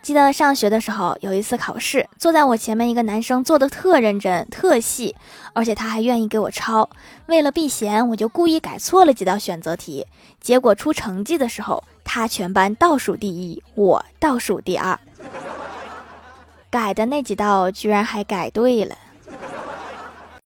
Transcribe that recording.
记得上学的时候，有一次考试，坐在我前面一个男生做的特认真特细，而且他还愿意给我抄。为了避嫌，我就故意改错了几道选择题，结果出成绩的时候，他全班倒数第一，我倒数第二。改的那几道居然还改对了。